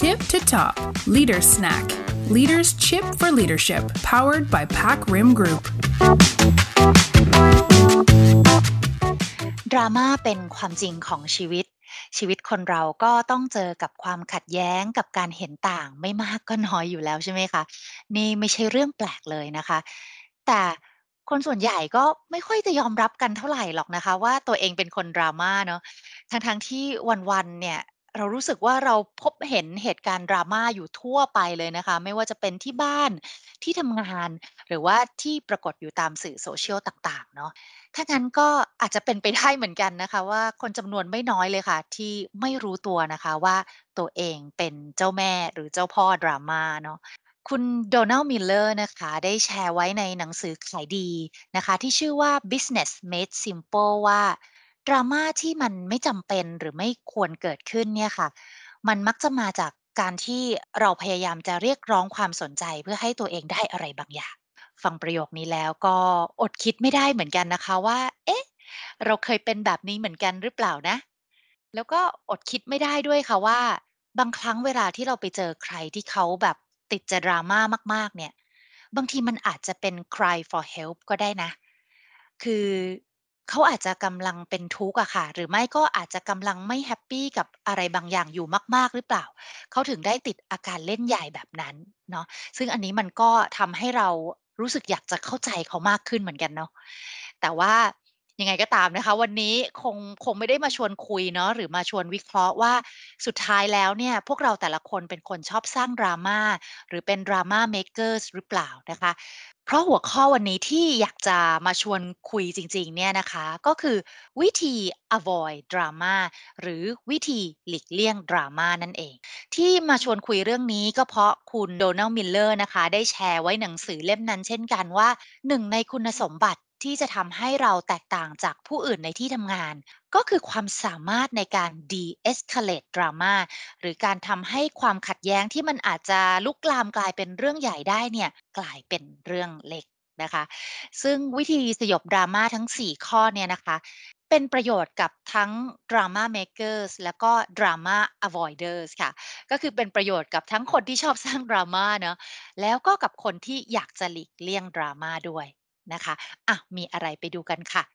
Tip to Top Leader Snack Leaders Chip for Leadership powered by Pac Rim Group ดราม่าเป็นความจริงของชีวิตคนเราก็ต้องเจอกับความขัดแย้งกับการเห็นต่างไม่มากก็น้อยอยู่แล้วใช่ไหมคะนี่ไม่ใช่เรื่องแปลกเลยนะคะแต่คนส่วนใหญ่ก็ไม่ค่อยจะยอมรับกันเท่าไรหรอกนะคะว่าตัวเองเป็นคน drama เนาะทั้งๆที่วันๆเนี่ยเรารู้สึกว่าเราพบเห็นเหตุการณ์ drama อยู่ทั่วไปเลยนะคะไม่ว่าจะเป็นที่บ้านที่ทำงานหรือว่าที่ปรากฏอยู่ตามสื่อ social ต่างๆเนาะ ถ้างั้นก็อาจจะเป็นไปได้เหมือนกันนะคะว่าคนจำนวนไม่น้อยเลยค่ะที่ไม่รู้ตัวนะคะว่าตัวเองเป็นเจ้าแม่หรือเจ้าพ่อ drama เนาะคุณ Donald Miller นะคะได้แชร์ไว้ในหนังสือขายดีนะคะที่ชื่อว่า Business Made Simple ว่า drama ที่มันไม่จำเป็นหรือไม่ควรเกิดขึ้นเนี่ยค่ะมันมักจะมาจากการที่เราพยายามจะเรียกร้องความสนใจเพื่อให้ตัวเองได้อะไรบางอย่าง ฟังประโยคนี้แล้วก็อดคิดไม่ได้เหมือนกันนะคะว่าเอ๊ะเราเคยเป็นแบบนี้เหมือนกันหรือเปล่านะแล้วก็อดคิดไม่ได้ด้วยค่ะว่าบางครั้งเวลาที่เราไปเจอใครที่เขาแบบติดจะ drama มากๆเนี่ยบางทีมันอาจจะเป็น cry for help ก็ได้นะคือเขาอาจจะกำลังเป็นทุกข์อะค่ะหรือไม่ก็อาจจะกำลังไม่แฮปปีกับอะไรบางอย่างอยู่มากๆหรือเปล่าเขาถึงได้ติดอาการเล่นใหญ่แบบนั้นเนาะ ซึ่งอันนี้มันก็ทำให้เรารู้สึกอยากจะเข้าใจเขามากขึ้นเหมือนกันเนาะแต่ว่ายังไงก็ตามนะคะวันนี้คงไม่ได้มาชวนคุยเนาะหรือมาชวนวิเคราะห์ว่าสุดท้ายแล้วเนี่ยพวกเราแต่ละคนเป็นคนชอบสร้าง drama หรือเป็น drama makers หรือเปล่านะคะเพราะหัวข้อวันนี้ที่อยากจะมาชวนคุยจริงๆเนี่ยนะคะก็คือวิธี avoid drama หรือวิธีหลีกเลี่ยง drama นั่นเอง ที่มาชวนคุยเรื่องนี้ก็เพราะคุณโดนัล Miller นะคะได้แชร์ไว้หนังสือเล่มนั้นเช่นกันว่าหนึ่งในคุณสมบัติที่จะทำให้เราแตกต่างจากผู้อื่นในที่ทำงานก็คือความสามารถในการ de-escalate drama หรือการทำให้ความขัดแย้งที่มันอาจจะลุกลามกลายเป็นเรื่องใหญ่ได้เนี่ยกลายเป็นเรื่องเล็กนะคะซึ่งวิธีสยบ drama ทั้ง4ข้อเนี่ยนะคะ เป็นประโยชน์กับทั้ง drama makers แล้วก็ drama avoiders ค่ะก็คือเป็นประโยชน์กับทั้งคนที่ชอบสร้าง drama เนาะแล้วก็กับคนที่อยากจะหลีกเลี่ยง drama ด้วยนะคะอะมีอะไรไปดูกันค่ะ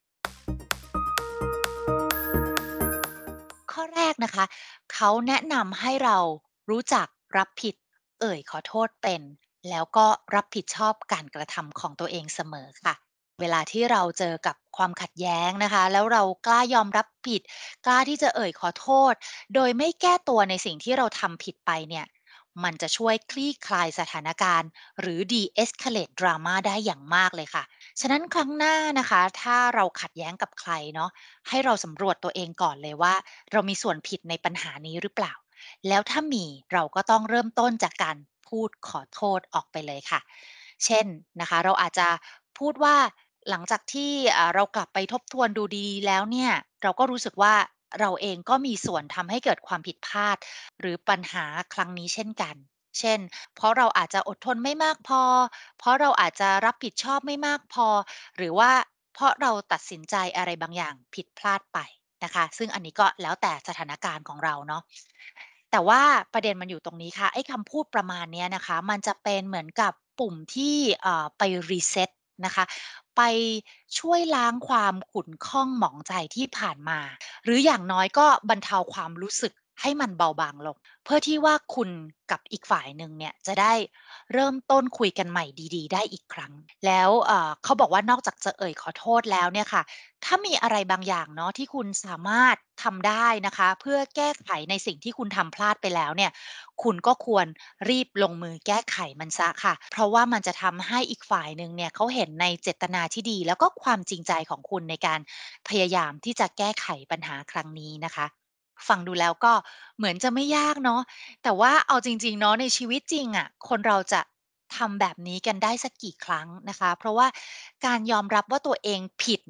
ข้อแรกนะคะเขาแนะนำให้เรารู้จักรับผิดขอโทษเป็นแล้วก็รับผิดชอบการกระทำของตัวเองเสมอค่ะ เวลาที่เราเจอกับความขัดแย้งนะคะแล้วเรากล้ายอมรับผิดกล้าที่จะขอโทษโดยไม่แก้ตัวในสิ่งที่เราทำผิดไปเนี่ยมันจะช่วยคลี่คลายสถานการณ์หรือ de-escalate drama ได้อย่างมากเลยค่ะฉะนั้นครั้งหน้านะคะถ้าเราขัดแย้งกับใครเนาะให้เราสำรวจตัวเองก่อนเลยว่าเรามีส่วนผิดในปัญหานี้หรือเปล่าแล้วถ้ามีเราก็ต้องเริ่มต้นจากการพูดขอโทษออกไปเลยค่ะเช่นนะคะเราอาจจะพูดว่า หลังจากที่เรากลับไปทบทวนดูดีๆแล้วเนี่ยเราก็รู้สึกว่าเราเองก็มีส่วนทำให้เกิดความผิดพลาดหรือปัญหาครั้งนี้เช่นกันเช่นเพราะเราอาจจะอดทนไม่มากพอเพราะเราอาจจะรับผิดชอบไม่มากพอหรือว่าเพราะเราตัดสินใจอะไรบางอย่างผิดพลาดไปนะคะซึ่งอันนี้ก็แล้วแต่สถานการณ์ของเราเนาะแต่ว่าประเด็นมันอยู่ตรงนี้ค่ะไอ้คำพูดประมาณเนี้ยนะคะมันจะเป็นเหมือนกับปุ่มที่ไป reset นะคะไปช่วยล้างความขุ่นข้องหมองใจที่ผ่านมาหรืออย่างน้อยก็บรรเทาความรู้สึกให้มันเบาบางลงเพื่อที่ว่าคุณกับอีกฝ่ายหนึ่งเนี่ยจะได้เริ่มต้นคุยกันใหม่ดีๆได้อีกครั้งแล้วเขาบอกว่านอกจากจะขอโทษแล้วเนี่ยค่ะถ้ามีอะไรบางอย่างเนาะที่คุณสามารถทำได้นะคะเพื่อแก้ไขในสิ่งที่คุณทำพลาดไปแล้วเนี่ย คุณก็ควรรีบลงมือแก้ไขมันเสียค่ะ เพราะว่ามันจะทำให้อีกฝ่ายหนึ่งเนี่ยเขาเห็นในเจตนาที่ดีแล้วก็ความจริงใจของคุณในการพยายามที่จะแก้ไขปัญหาครั้งนี้นะคะ ฟังดูแล้วก็เหมือนจะไม่ยากเนาะแต่ว่าเอาจริงๆเนาะในชีวิตจริงอะคนเราจะทำแบบนี้กันได้สักกี่ครั้งนะคะเพราะว่าการยอมรับว่าตัวเองผิดเนี่ย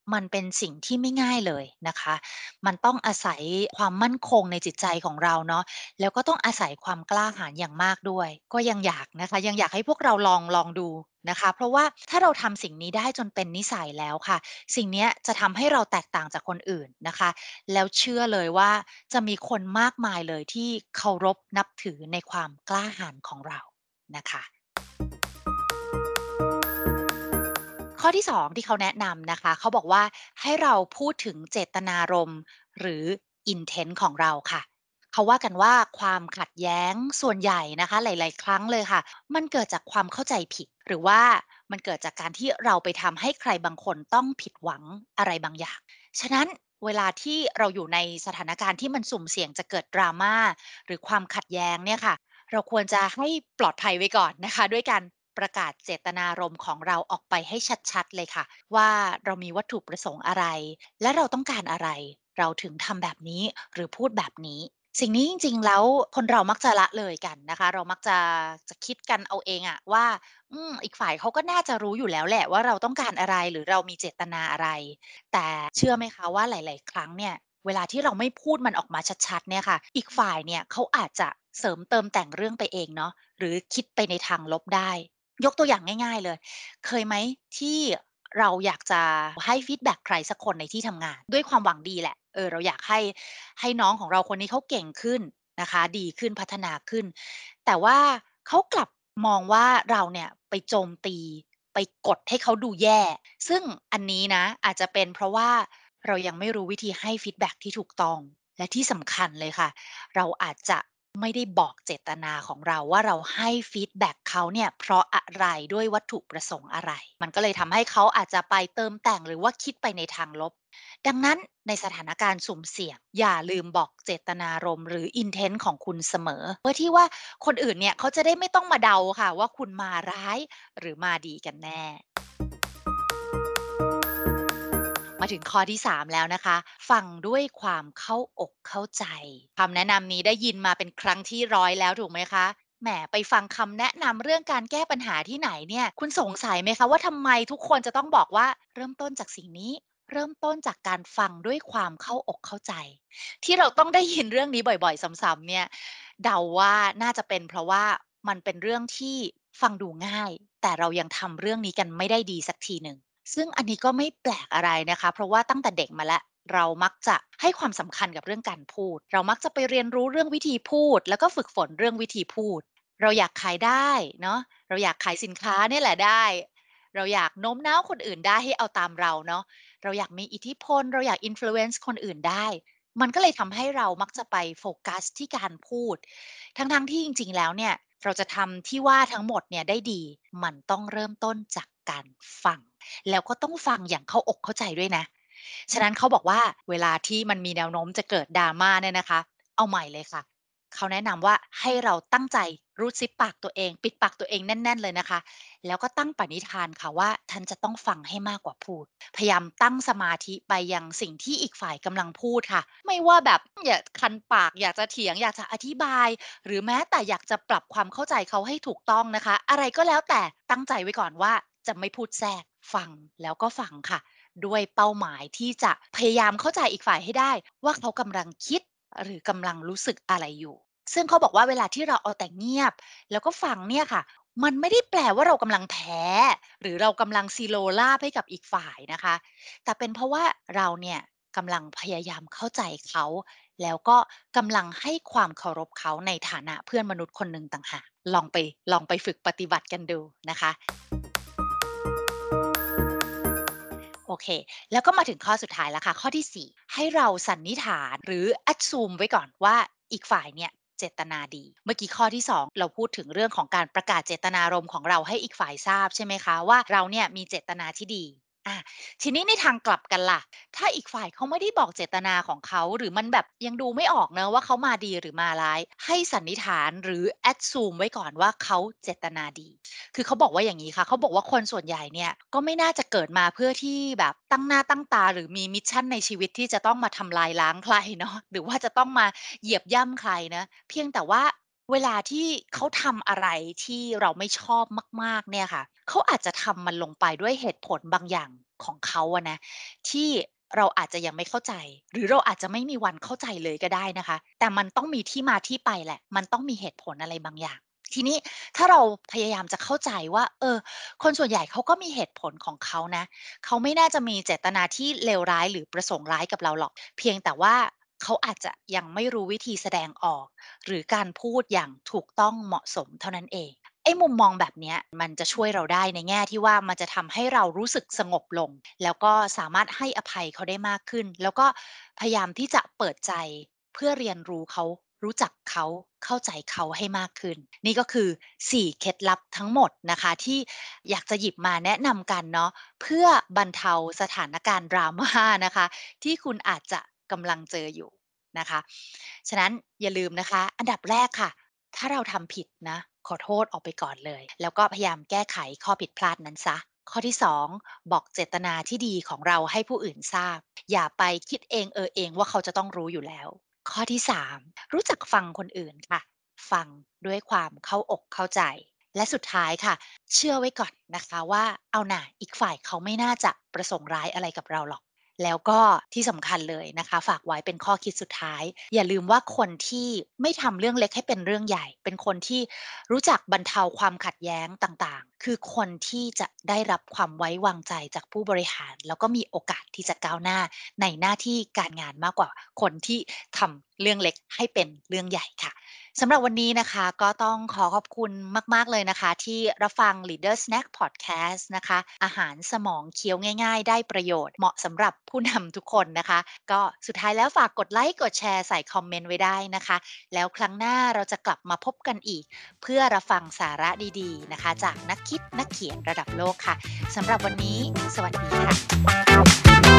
มันเป็นสิ่งที่ไม่ง่ายเลยนะคะมันต้องอาศัยความมั่นคงในจิตใจของเราเนาะแล้วก็ต้องอาศัยความกล้าหาญอย่างมากด้วยก็ยังอยากนะคะยังอยากให้พวกเราลองดูนะคะเพราะว่าถ้าเราทำสิ่งนี้ได้จนเป็นนิสัยแล้วค่ะสิ่งเนี้ยจะทำให้เราแตกต่างจากคนอื่นนะคะแล้วเชื่อเลยว่าจะมีคนมากมายเลยที่เคารพนับถือในความกล้าหาญของเรานะคะ ข้อที่2ที่เขาแนะนำนะคะเขาบอกว่าให้เราพูดถึงเจตนารมณ์หรือ intent ของเราค่ะเขาว่ากันว่าความขัดแย้งส่วนใหญ่นะคะหลายๆครั้งเลยค่ะมันเกิดจากความเข้าใจผิดหรือว่ามันเกิดจากการที่เราไปทำให้ใครบางคนต้องผิดหวังอะไรบางอย่างฉะนั้นเวลาที่เราอยู่ในสถานการณ์ที่มันสุ่มเสี่ยงจะเกิด drama หรือความขัดแย้งเนี่ยค่ะ เราควรจะให้ปลอดภัยไว้ก่อนนะคะด้วยการประกาศเจตนารมณ์ของเราออกไปให้ชัดๆเลยค่ะว่าเรามีวัตถุประสงค์อะไรและเราต้องการอะไรเราถึงทำแบบนี้หรือพูดแบบนี้สิ่งนี้จริงๆแล้วคนเรามักจะละเลยกันนะคะเรามักจะคิดกันเอาเองอะว่าอีกฝ่ายเขาก็น่าจะรู้อยู่แล้วแหละว่าเราต้องการอะไรหรือเรามีเจตนาอะไรแต่เชื่อไหมคะว่าหลายๆครั้งเนี่ย เวลาที่เราไม่พูดมันออกมาชัดๆเนี่ยค่ะอีกฝ่ายเนี่ยเขาอาจจะเสริมเติมแต่งเรื่องไปเองเนาะหรือคิดไปในทางลบได้ยกตัวอย่างง่ายๆเลยเคยไหมที่เราอยากจะให้ฟีดแบ็กใครสักคนในที่ทำงานด้วยความหวังดีแหละเราอยากให้น้องของเราคนนี้เขาเก่งขึ้นนะคะดีขึ้นพัฒนาขึ้นแต่ว่าเขากลับมองว่าเราเนี่ยไปโจมตีไปกดให้เขาดูแย่ซึ่งอันนี้นะอาจจะเป็นเพราะว่า เรายังไม่รู้วิธีให้ฟีดแบ็กที่ถูกต้องและที่สำคัญเลยค่ะเราอาจจะไม่ได้บอกเจตนาของเราว่าเราให้ฟีดแบ็กเขาเนี่ยเพราะอะไรด้วยวัตถุประสงค์อะไรมันก็เลยทำให้เขาอาจจะไปเติมแต่งหรือว่าคิดไปในทางลบดังนั้นในสถานการณ์สุ่มเสี่ยงอย่าลืมบอกเจตนารมณ์หรือ intent ของคุณเสมอเพื่อที่ว่าคนอื่นเนี่ยเขาจะได้ไม่ต้องมาเดาค่ะว่าคุณมาร้ายหรือมาดีกันแน่ มาถึงข้อที่3แล้วนะคะฟังด้วยความเข้าอกเข้าใจคำแนะนำนี้ได้ยินมาเป็นครั้งที่100แล้วถูกไหมคะแหมไปฟังคำแนะนำเรื่องการแก้ปัญหาที่ไหนเนี่ยคุณสงสัยไหมคะว่าทำไมทุกคนจะต้องบอกว่าเริ่มต้นจากสิ่งนี้เริ่มต้นจากการฟังด้วยความเข้าอกเข้าใจที่เราต้องได้ยินเรื่องนี้บ่อยๆซ้ำๆเนี่ยเดาว่าน่าจะเป็นเพราะว่ามันเป็นเรื่องที่ฟังดูง่ายแต่เรายังทำเรื่องนี้กันไม่ได้ดีสักทีหนึ่ง ซึ่งอันนี้ก็ไม่แปลกอะไรนะคะเพราะว่าตั้งแต่เด็กมาแล้วเรามักจะให้ความสำคัญกับเรื่องการพูดเรามักจะไปเรียนรู้เรื่องวิธีพูดแล้วก็ฝึกฝนเรื่องวิธีพูดเราอยากขายได้เนาะเราอยากขายสินค้าเนี่ยแหละได้เราอยากโน้มน้าวคนอื่นได้ให้เอาตามเราเนาะเราอยากมีอิทธิพลเราอยาก influence คนอื่นได้มันก็เลยทำให้เรามักจะไปโฟกัสที่การพูดทั้งๆที่จริงๆแล้วเนี่ยเราจะทำที่ว่าทั้งหมดเนี่ยได้ดีมันต้องเริ่มต้นจากการฟัง แล้วก็ต้องฟังอย่างเข้าอกเข้าใจด้วยนะ ฉะนั้นเขาบอกว่าเวลาที่มันมีแนวโน้มจะเกิด drama เนี่ยนะคะ เอาใหม่เลยค่ะ เขาแนะนำว่าให้เราตั้งใจรูดซิปปากตัวเองปิดปากตัวเองแน่นๆเลยนะคะ แล้วก็ตั้งปณิธานค่ะว่าฉันจะต้องฟังให้มากกว่าพูด พยายามตั้งสมาธิไปยังสิ่งที่อีกฝ่ายกำลังพูดค่ะ ไม่ว่าแบบอย่าคันปากอยากจะเถียงอยากจะอธิบายหรือแม้แต่อยากจะปรับความเข้าใจเขาให้ถูกต้องนะคะอะไรก็แล้วแต่ตั้งใจไว้ก่อนว่าจะไม่พูดแทรกฟังแล้วก็ฟังค่ะด้วยเป้าหมายที่จะพยายามเข้าใจอีกฝ่ายให้ได้ว่าเขากำลังคิดหรือกำลังรู้สึกอะไรอยู่ซึ่งเขาบอกว่าเวลาที่เราเอาแต่เงียบแล้วก็ฟังเนี่ยค่ะมันไม่ได้แปลว่าเรากำลังแพ้หรือเรากำลังซีโรราบให้กับอีกฝ่ายนะคะ แต่เป็นเพราะว่าเราเนี่ยกำลังพยายามเข้าใจเขาแล้วก็กำลังให้ความเคารพเขาในฐานะเพื่อนมนุษย์คนหนึ่งต่างหากลองไปฝึกปฏิบัติกันดูนะคะโอเคแล้วก็มาถึงข้อสุดท้ายแล้วค่ะข้อที่4ให้เราสันนิษฐานหรือ assume ไว้ก่อนว่าอีกฝ่ายเนี่ยเจตนาดีเมื่อกี้ข้อที่2เราพูดถึงเรื่องของการประกาศเจตนารมณ์ของเราให้อีกฝ่ายทราบใช่ไหมคะว่าเราเนี่ยมีเจตนาที่ดีอา ทีนี้ในทางกลับกันล่ะ ถ้าอีกฝ่ายเขาไม่ได้บอกเจตนาของเขาหรือมันแบบยังดูไม่ออกเนอะว่าเขามาดีหรือมาร้ายให้สันนิษฐานหรือ assume ไว้ก่อนว่าเขาเจตนาดีคือเขาบอกว่าอย่างงี้ค่ะเขาบอกว่าคนส่วนใหญ่เนี่ยก็ไม่น่าจะเกิดมาเพื่อที่แบบตั้งหน้าตั้งตาหรือมีมิชชันในชีวิตที่จะต้องมาทำลายล้างใครเนาะหรือว่าจะต้องมาเหยียบย่ำใครนะเพียงแต่ว่าเวลาที่เขาทำอะไรที่เราไม่ชอบมากๆเนี่ยค่ะเขาอาจจะทำมันลงไปด้วยเหตุผลบางอย่างของเขาอะนะที่เราอาจจะยังไม่เข้าใจหรือเราอาจจะไม่มีวันเข้าใจเลยก็ได้นะคะแต่มันต้องมีที่มาที่ไปแหละมันต้องมีเหตุผลอะไรบางอย่างทีนี้ถ้าเราพยายามจะเข้าใจว่าคนส่วนใหญ่เขาก็มีเหตุผลของเขานะเขาไม่น่าจะมีเจตนาที่เลวร้ายหรือประสงค์ร้ายกับเราหรอกเพียงแต่ว่าเขาอาจจะยังไม่รู้วิธีแสดงออกหรือการพูดอย่างถูกต้องเหมาะสมเท่านั้นเองไอ้มุมมองแบบเนี้ยมันจะช่วยเราได้ในแง่ที่ว่ามันจะทำให้เรารู้สึกสงบลงแล้วก็สามารถให้อภัยเขาได้มากขึ้นแล้วก็พยายามที่จะเปิดใจเพื่อเรียนรู้เขารู้จักเขาเข้าใจเขาให้มากขึ้นนี่ก็คือ4เคล็ดลับทั้งหมดนะคะที่อยากจะหยิบมาแนะนำกันเนาะเพื่อบรรเทาสถานการณ์ drama นะคะที่คุณอาจจะกำลังเจออยู่นะคะฉะนั้นอย่าลืมนะคะอันดับแรกค่ะ ถ้าเราทำผิดนะขอโทษออกไปก่อนเลยแล้วก็พยายามแก้ไขข้อผิดพลาดนั้นซะข้อที่2บอกเจตนาที่ดีของเราให้ผู้อื่นทราบอย่าไปคิดเองเองว่าเขาจะต้องรู้อยู่แล้วข้อที่3รู้จักฟังคนอื่นค่ะฟังด้วยความเข้าอกเข้าใจและสุดท้ายค่ะเชื่อไว้ก่อนนะคะว่าเอาหน่าอีกฝ่ายเขาไม่น่าจะประสงค์ร้ายอะไรกับเราหรอก แล้วก็ที่สำคัญเลยนะคะฝากไว้เป็นข้อคิดสุดท้ายอย่าลืมว่าคนที่ไม่ทำเรื่องเล็กให้เป็นเรื่องใหญ่เป็นคนที่รู้จักบรรเทาความขัดแย้งต่างๆคือคนที่จะได้รับความไว้วางใจจากผู้บริหารแล้วก็มีโอกาสที่จะก้าวหน้าในหน้าที่การงานมากกว่าคนที่ทำเรื่องเล็กให้เป็นเรื่องใหญ่ค่ะสำหรับวันนี้นะคะก็ต้องขอขอบคุณมากๆเลยนะคะที่รับฟัง Leader Snack Podcast นะคะอาหารสมองเคี้ยวง่ายๆได้ประโยชน์เหมาะสำหรับผู้นำทุกคนนะคะก็สุดท้ายแล้วฝากกดไลค์กดแชร์ใส่คอมเมนต์ไว้ได้นะคะแล้วครั้งหน้าเราจะกลับมาพบกันอีกเพื่อรับฟังสาระดีๆนะคะจากนักคิดนักเขียนระดับโลกค่ะสำหรับวันนี้สวัสดีค่ะ